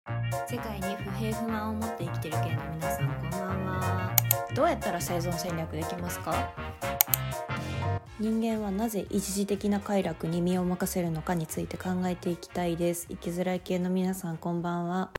世界に不平不満を持って生きてる系の皆さん、こんばんは。 どうやったら生存戦略できますか？人間はなぜ一時的な快楽に身を任せるのかについて考えていきたいです。生きづらい系の皆さん、こんばんは。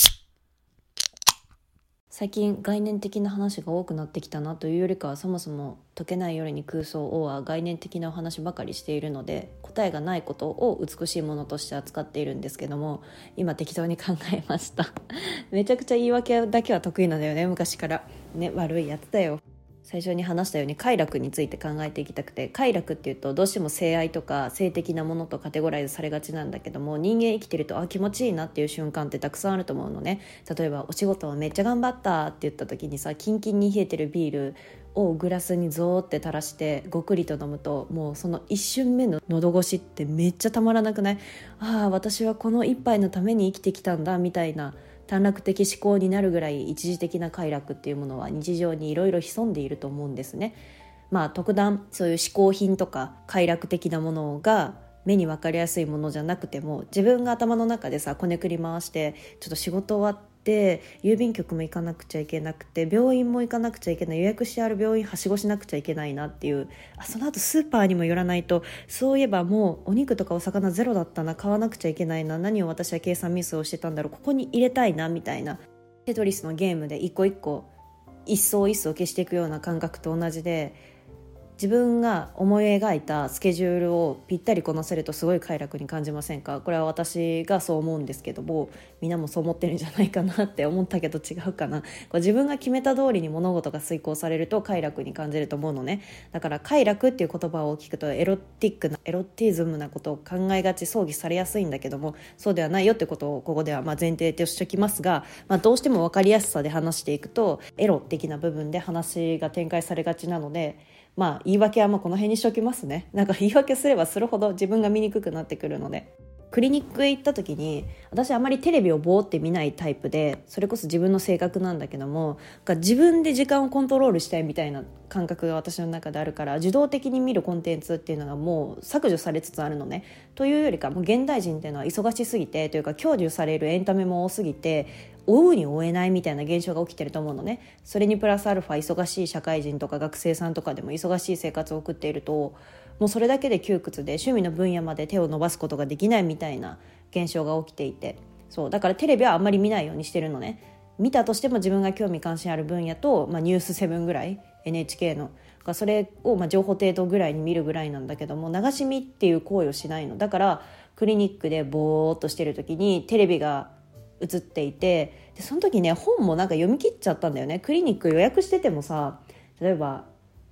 最近概念的な話が多くなってきたなというよりかは、そもそも解けない夜に空想をは概念的なお話ばかりしているので、答えがないことを美しいものとして扱っているんですけども、今適当に考えましためちゃくちゃ言い訳だけは得意なんだよね、昔からね。悪いやつだよ。最初に話したように快楽について考えていきたくて、快楽っていうとどうしても性愛とか性的なものとカテゴライズされがちなんだけども、人間生きてると気持ちいいなっていう瞬間ってたくさんあると思うのね。例えばお仕事はめっちゃ頑張ったって言った時にさ、キンキンに冷えてるビールをグラスにゾーって垂らしてごくりと飲むと、もうその一瞬目の喉越しってめっちゃたまらなくない？私はこの一杯のために生きてきたんだみたいな短絡的思考になるぐらい一時的な快楽っていうものは日常にいろいろ潜んでいると思うんですね。特段そういう嗜好品とか快楽的なものが目に分かりやすいものじゃなくても、自分が頭の中でさこねくり回して、ちょっと仕事終わって郵便局も行かなくちゃいけなくて、病院も行かなくちゃいけない、予約してある病院はしごしなくちゃいけないなっていう、その後スーパーにも寄らないと、そういえばもうお肉とかお魚ゼロだったな、買わなくちゃいけないな、何を私は計算ミスをしてたんだろう、ここに入れたいなみたいな、テトリスのゲームで一個一個一層一層消していくような感覚と同じで、自分が思い描いたスケジュールをぴったりこなせるとすごい快楽に感じませんか？これは私がそう思うんですけども、みんなもそう思ってるんじゃないかなって思ったけど違うかな。自分が決めた通りに物事が遂行されると快楽に感じると思うのね。だから快楽っていう言葉を聞くとエロティズムなことを考えがち、葬儀されやすいんだけども、そうではないよってことをここでは前提としておきますが、どうしても分かりやすさで話していくとエロ的な部分で話が展開されがちなので、言い訳はこの辺にしておきますね。なんか言い訳すればするほど自分が見にくくなってくるので。クリニックへ行った時に、私あまりテレビをボーって見ないタイプで、それこそ自分の性格なんだけども、自分で時間をコントロールしたいみたいな感覚が私の中であるから、受動的に見るコンテンツっていうのがもう削除されつつあるのね。というよりか、もう現代人っていうのは忙しすぎてというか、享受されるエンタメも多すぎて追うに追えないみたいな現象が起きてると思うのね。それにプラスアルファ忙しい社会人とか学生さんとかでも忙しい生活を送っていると、もうそれだけで窮屈で趣味の分野まで手を伸ばすことができないみたいな現象が起きていて、そうだからテレビはあんまり見ないようにしてるのね。見たとしても自分が興味関心ある分野と、ニュース7ぐらい NHK のそれを情報程度ぐらいに見るぐらいなんだけども、流し見っていう行為をしないのだから、クリニックでぼーっとしてる時にテレビが映っていて、でその時ね、本も読み切っちゃったんだよね。クリニック予約しててもさ、例えば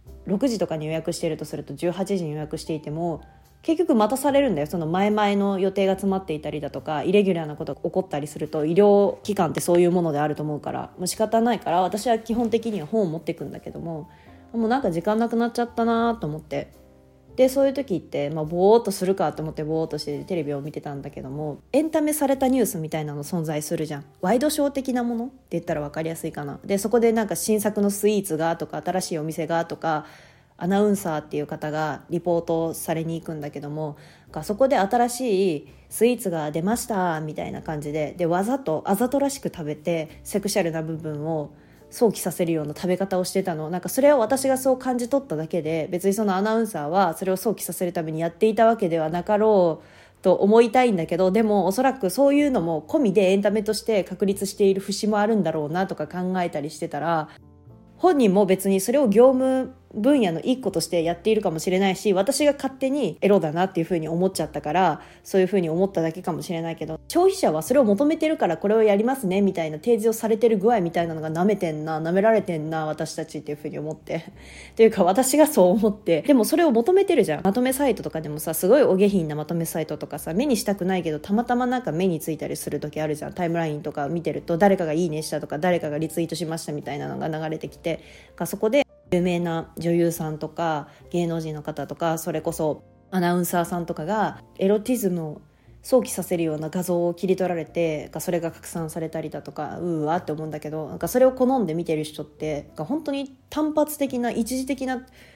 6時とかに予約してるとすると18時に予約していても結局待たされるんだよ。その前々の予定が詰まっていたりだとか、イレギュラーなことが起こったりすると、医療機関ってそういうものであると思うから、もう仕方ないから、私は基本的には本を持っていくんだけども、もう時間なくなっちゃったなと思って、でそういう時って、ぼーっとするかと思ってぼーっとしてテレビを見てたんだけども、エンタメされたニュースみたいなの存在するじゃん。ワイドショー的なものって言ったら分かりやすいかな。でそこで新作のスイーツがとか、新しいお店がとか、アナウンサーっていう方がリポートされに行くんだけども、そこで新しいスイーツが出ましたみたいな感じで、わざとあざとらしく食べてセクシャルな部分を想起させるような食べ方をしてたの。それを私がそう感じ取っただけで、別にそのアナウンサーはそれを想起させるためにやっていたわけではなかろうと思いたいんだけど、でもおそらくそういうのも込みでエンタメとして確立している節もあるんだろうなとか考えたりしてたら、本人も別にそれを業務分野の一個としてやっているかもしれないし、私が勝手にエロだなっていう風に思っちゃったから、そういう風に思っただけかもしれないけど、消費者はそれを求めてるからこれをやりますねみたいな提示をされてる具合みたいなのが舐められてんな私たちっていう風に思ってというか私がそう思って、でもそれを求めてるじゃん。まとめサイトとかでもさ、すごいお下品なまとめサイトとかさ、目にしたくないけどたまたま目についたりする時あるじゃん。タイムラインとか見てると、誰かがいいねしたとか誰かがリツイートしましたみたいなのが流れてきて、そこで有名な女優さんとか芸能人の方とか、それこそアナウンサーさんとかがエロティズムを想起させるような画像を切り取られて、それが拡散されたりだとか、うわって思うんだけど、それを好んで見てる人って本当に単発的な一時的な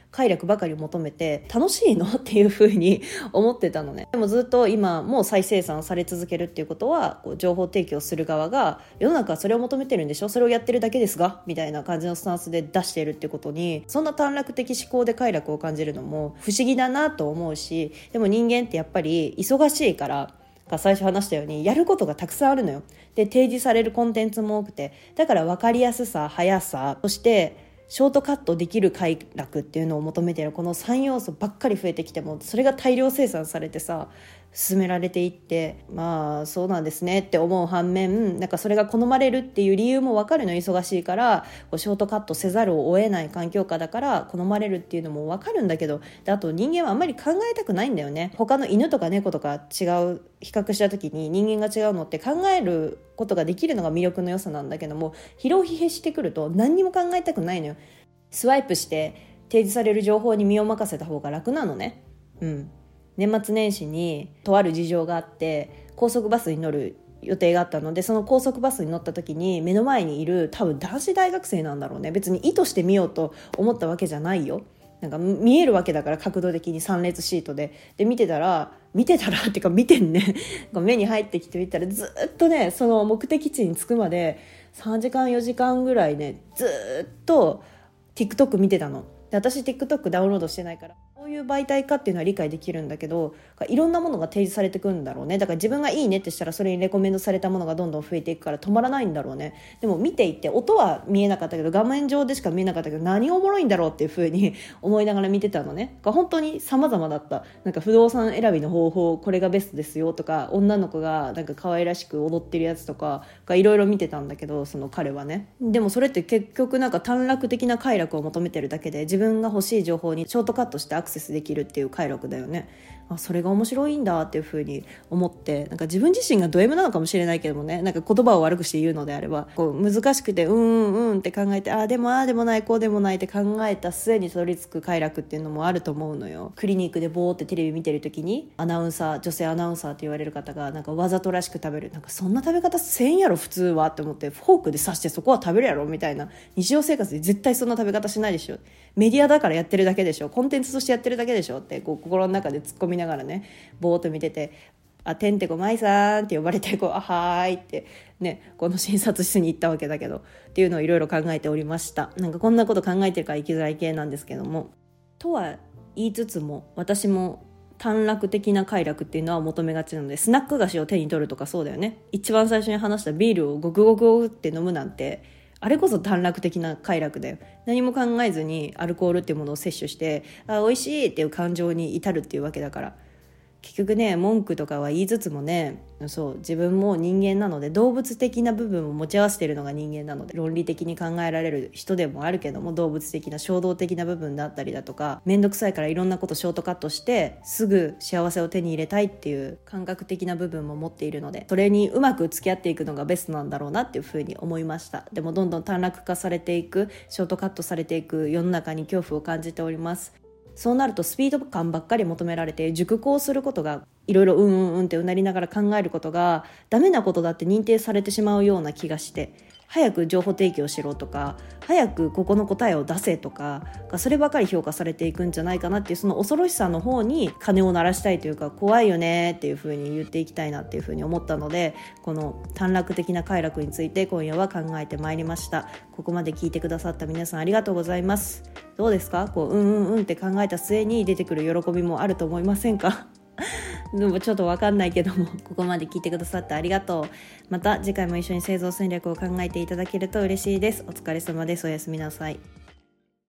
快楽ばかり求めて楽しいのっていう風に思ってたのね。でもずっと今もう再生産され続けるっていうことは、こう情報提供する側が世の中はそれを求めてるんでしょ、それをやってるだけですがみたいな感じのスタンスで出しているっていうことに、そんな短絡的思考で快楽を感じるのも不思議だなと思うし、でも人間ってやっぱり忙しいから、最初話したようにやることがたくさんあるのよ。で、提示されるコンテンツも多くて、だから分かりやすさ、速さ、そしてショートカットできる快楽っていうのを求めているこの3要素ばっかり増えてきても、それが大量生産されてさ進められていって、まあそうなんですねって思う反面、なんかそれが好まれるっていう理由も分かるの。忙しいからショートカットせざるを得ない環境下だから好まれるっていうのも分かるんだけど、であと人間はあんまり考えたくないんだよね。他の犬とか猫とか違う比較した時に人間が違うのって考えることができるのが魅力の良さなんだけども、疲労疲弊してくると何にも考えたくないのよ。スワイプして提示される情報に身を任せた方が楽なのね。年末年始にとある事情があって高速バスに乗る予定があったので、その高速バスに乗った時に目の前にいる多分男子大学生なんだろうね。別に意図して見ようと思ったわけじゃないよ。なんか見えるわけだから、角度的に3列シートで見てたらっていうか見てんね目に入ってきてみたら、ずっとねその目的地に着くまで3時間4時間ぐらいね、ずっと TikTok 見てたの。で、私 TikTok ダウンロードしてないからどういう媒体かっていうのは理解できるんだけど、いろんなものが提示されてくるんだろうね。だから自分がいいねってしたらそれにレコメンドされたものがどんどん増えていくから止まらないんだろうね。でも見ていて音は見えなかったけど、画面上でしか見えなかったけど、何おもろいんだろうっていう風に思いながら見てたのね。本当に様々だった。なんか不動産選びの方法これがベストですよとか、女の子がなんか可愛らしく踊ってるやつとかいろいろ見てたんだけど、その彼はね。でもそれって結局なんか短絡的な快楽を求めてるだけで、自分が欲しい情報にショートカットしてアクセスできるっていう快楽だよね。それが面白いんだっていう風に思って、なんか自分自身がド M なのかもしれないけどもね、なんか言葉を悪くして言うのであれば、こう難しくてって考えて、でもでもないこうでもないって考えた末にたどり着く快楽っていうのもあると思うのよ。クリニックでボーってテレビ見てる時に女性アナウンサーって言われる方がなんかわざとらしく食べる、なんかそんな食べ方せんやろ普通はって思って、フォークで刺してそこは食べるやろみたいな。日常生活で絶対そんな食べ方しないでしょ。メディアだからやってるだけでしょ、コンテンツとしてやってるだけでしょってこう心の中で突っ込みながらね、ぼーっと見てて、てんてこまいさんって呼ばれて、はーいってね、この診察室に行ったわけだけど、っていうのをいろいろ考えておりました。なんかこんなこと考えてるから生きづらい系なんですけども、とは言いつつも私も短絡的な快楽っていうのは求めがちなので、スナック菓子を手に取るとかそうだよね。一番最初に話したビールをゴクゴクゴクって飲むなんて、あれこそ短絡的な快楽だよ。何も考えずにアルコールっていうものを摂取して、美味しいっていう感情に至るっていうわけだから、結局ね、文句とかは言いつつもね、自分も人間なので、動物的な部分を持ち合わせているのが人間なので、論理的に考えられる人でもあるけども、動物的な衝動的な部分だったりだとか、めんどくさいからいろんなことショートカットしてすぐ幸せを手に入れたいっていう感覚的な部分も持っているので、それにうまく付き合っていくのがベストなんだろうなっていうふうに思いました。でもどんどん短絡化されていく、ショートカットされていく世の中に恐怖を感じております。そうなるとスピード感ばっかり求められて、熟考することがいろいろってうなりながら考えることがダメなことだって認定されてしまうような気がして、早く情報提供しろとか、早くここの答えを出せとか、そればかり評価されていくんじゃないかなっていう、その恐ろしさの方に鐘を鳴らしたいというか、怖いよねっていう風に言っていきたいなっていう風に思ったので、この短絡的な快楽について今夜は考えてまいりました。ここまで聞いてくださった皆さんありがとうございます。どうですか？って考えた末に出てくる喜びもあると思いませんか？でもちょっと分かんないけども、ここまで聞いてくださってありがとう。また次回も一緒に製造戦略を考えていただけると嬉しいです。お疲れ様です。おやすみなさい。